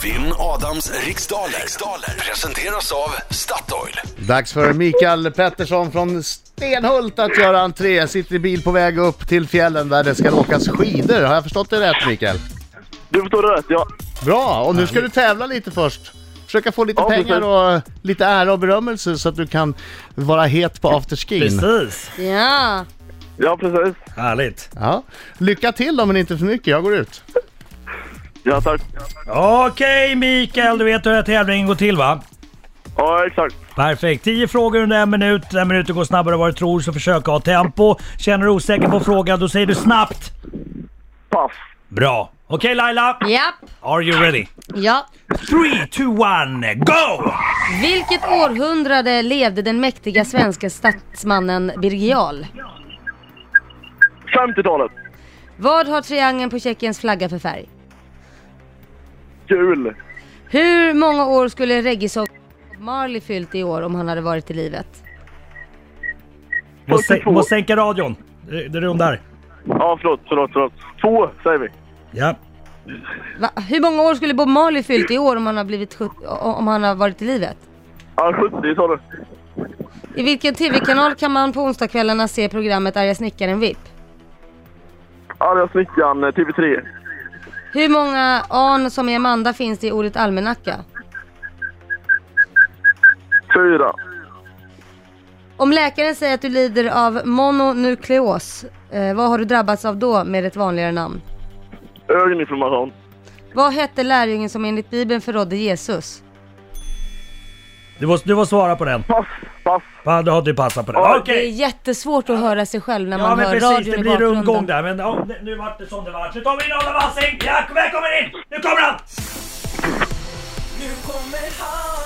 Vinn Adams riksdaler. Presenteras av Statoil. Dags för Mikael Pettersson från Stenhult att göra entré. Sitter i bil på väg upp till fjällen där det ska åkas skidor. Har jag förstått det rätt, Mikael? Du förstår det rätt, ja. Bra, och nu ska du tävla lite först. Försöka få lite pengar precis. och lite ära och berömmelse så att du kan vara het på afterskin. Precis. Ja. Ja, precis. Härligt. Ja. Lycka till då, men inte för mycket. Jag går ut. Ja, tack. Okej, Mikael, du vet hur tävlingen går till, va? Ja, exakt. Perfekt. 10 frågor under 1 minut. 1 minut går snabbare än vad du tror, så försök ha tempo. Känner du osäker på frågan, då säger du snabbt. Pass. Bra. Okej, Laila. Japp. Are you ready? Ja. 3, 2, 1, go! Vilket århundrade levde den mäktiga svenska statsmannen Birger Jarl? 50-talet. Vad har triangeln på Tjeckiens flagga för färg? Gul. Hur många år skulle reggae-sångaren Bob Marley fyllt i år om han hade varit i livet? Måste sänka radion. Det rundar. Ja, förlåt. 2 säger vi. Ja. Va? Hur många år skulle Bob Marley fyllt i år om han har varit i livet? Ja, 70 sa du. I vilken tv-kanal kan man på onsdagskvällarna se programmet Arga snickaren VIP? Arga snickaren, TV3. Hur många an som i Amanda finns det i ordet almanacka? 4. Om läkaren säger att du lider av mononukleos, vad har du drabbats av då med ett vanligare namn? Ögoninflammation. Vad hette lärjungen som enligt Bibeln förrådde Jesus? Du får svara på den. Pass. Ja, då har du passat på den. Ja, Det är Okej. jättesvårt att höra sig själv när Ja, man men hör precis. radion Det i blir rundgång bakgrunden. där. Men ja, nu vart det som det var. Nu tar vi in Adam Alsing. Ja, välkommen in! Nu kommer han! Nu kommer han,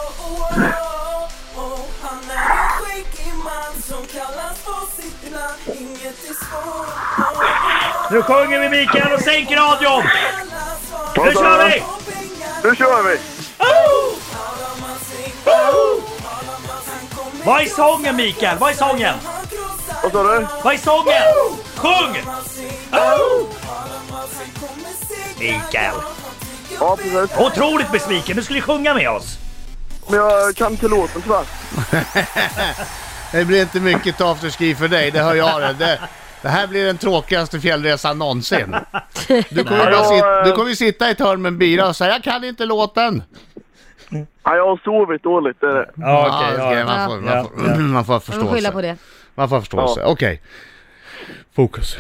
han är en skäggig man som kallas på sitt namn. Inget är svårt, Nu sjunger vi, Mikael, och sänker radion! Nu kör vi! Nu kör vi. Vad är sången, Mikael? Vad är sången? Vad sa du? Vad är sången? Sjung! Mikael. Ja, precis. Otroligt besviken. Du skulle sjunga med oss. Men jag kan inte låten tyvärr. Det blir inte mycket afterski för dig, det hör jag det här blir den tråkigaste fjällresan någonsin. Du kommer ju sitta i ett hörn med en bira och säga jag kan inte låten. Ja, jag har sovit dåligt, det är det. Ja, okej. Man får Jag får förstå skylla sig. på det. Man får förstå sig. Okej. Fokus.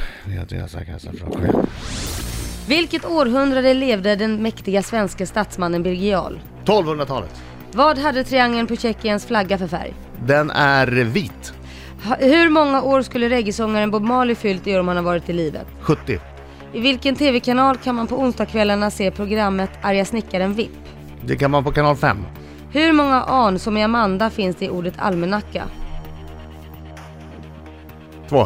Vilket århundrade levde den mäktiga svenska statsmannen Birger Jarl? 1200-talet. Vad hade triangeln på Tjeckiens flagga för färg? Den är vit. Hur många år skulle reggae-sångaren Bob Marley fyllt i år om han har varit i livet? 70. I vilken tv-kanal kan man på onsdagskvällarna se programmet Arga snickaren VIP? Det kan man på kanal 5. Hur många an som i Amanda finns det i ordet almanacka? 2.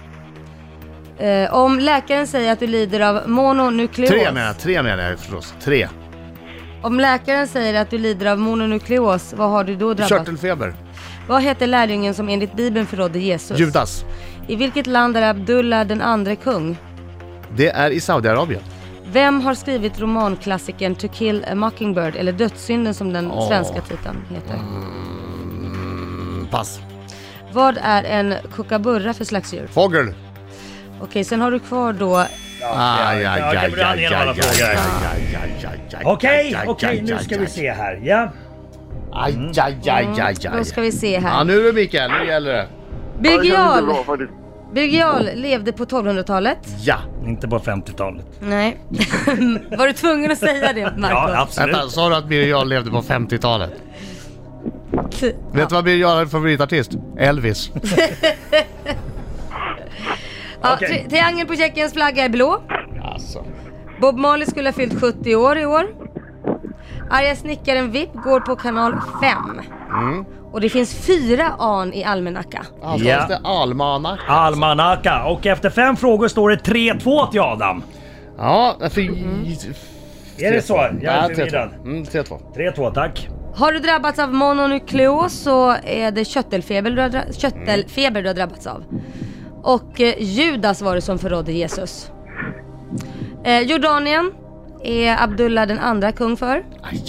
Om läkaren säger att du lider av mononukleos. 3 menar jag förstås. 3. Om läkaren säger att du lider av mononukleos, vad har du då drabbats? Körtelfeber. Vad heter lärjungen som enligt Bibeln förrådde Jesus? Judas. I vilket land är Abdullah den andre kung? Det är i Saudiarabien. Vem har skrivit romanklassikern To Kill a Mockingbird, eller Dödssynden som den svenska titeln heter? Pass. Vad är en kookaburra för slags djur? Fågel. Okej, sen har du kvar då... Okej, nu ska vi se här. Ja. Då ska vi se här. Ja, nu är det Mikael, nu gäller det. Birger Jarl levde på 1200-talet. Ja. Inte på 50-talet. Nej. Var du tvungen att säga det, Marco? Ja, absolut. Vänta, sa du att Birger Jarl levde på 50-talet? Vet du vad Birger Jarl är favoritartist? Elvis. Okej. Triangeln på Tjeckiens flagga är blå. Alltså. Bob Marley skulle ha fyllt 70 år i år. Arga snickaren VIP går på kanal 5. Och det finns 4 an i almanacka. Alltså Ja. det är Almanacka. Och efter 5 frågor står det 3-2 till Adam. Ja, för... Är det så? Jag är 3-2. förvirrad. 3-2. 3-2, tack. Har du drabbats av mononukleos så är det köttelfeber du har drabbats av. Och Judas var det som förrådde Jesus. Jordanien är Abdullah den andra kung för? Aj.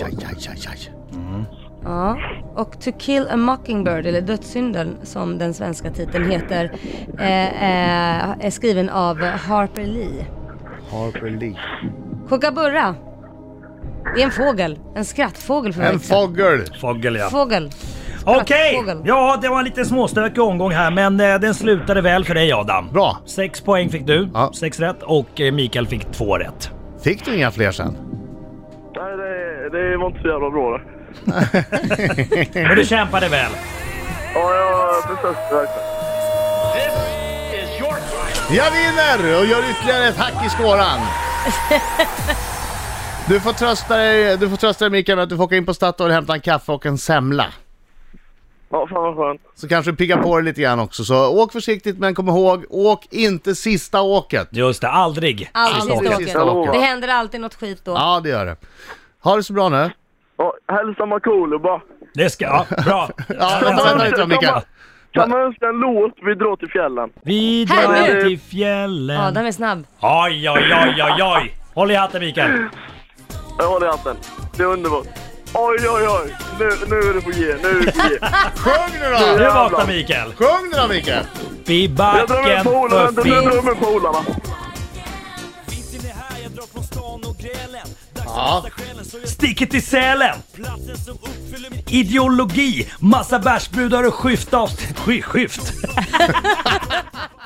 Ja. Och To Kill a Mockingbird, eller Dödssynden som den svenska titeln heter, är skriven av Harper Lee. Harper Lee. Kookaburra. Det är en fågel. En skrattfågel för En fågel. Fågel, ja. Fågel. Okej, Skrattfågel. ja det var en lite småstökig omgång här men den slutade väl för dig Adam. Bra. 6 poäng fick du, Ja. 6 rätt och Mikael fick 2 rätt. Fick du inga fler sen? Nej, det var inte så jävla bra det. Men du kämpade väl. Ja, jag försökte verkligen. Jag vinner och gör ytterligare ett hack i skåran. Du får trösta dig Mikael med att du får åka in på Statoil och hämta en kaffe och en semla. Ja, fan vad skönt. Så kanske pigga på dig lite grann också. Så åk försiktigt men kom ihåg, åk inte sista åket. Just det, aldrig. Aldrig Sista åket. Det händer alltid något skit då. Ja, det gör det. Ha det så bra nu. Ja, hälsa Markoolio bara. Det ska, ja, bra. Ja, vänta lite då Mikael. Kan man önska en låt? Vi drar till fjällen. Vi Här drar nu. till fjällen. Ja, den är snabb. Oj. Håll i hatten Mikael. Jag håller i hatten. Det är underbart. Oj. Nu är det på G. Sjung nu Nu då! vaknar Mikael. Sjung nu då Mikael! Vid Jag drar backen med polarna. för Nu drar fin. jag med polarna. Ja. Sticket till Sälen. Ideologi. Massa bärsbrudar och skift.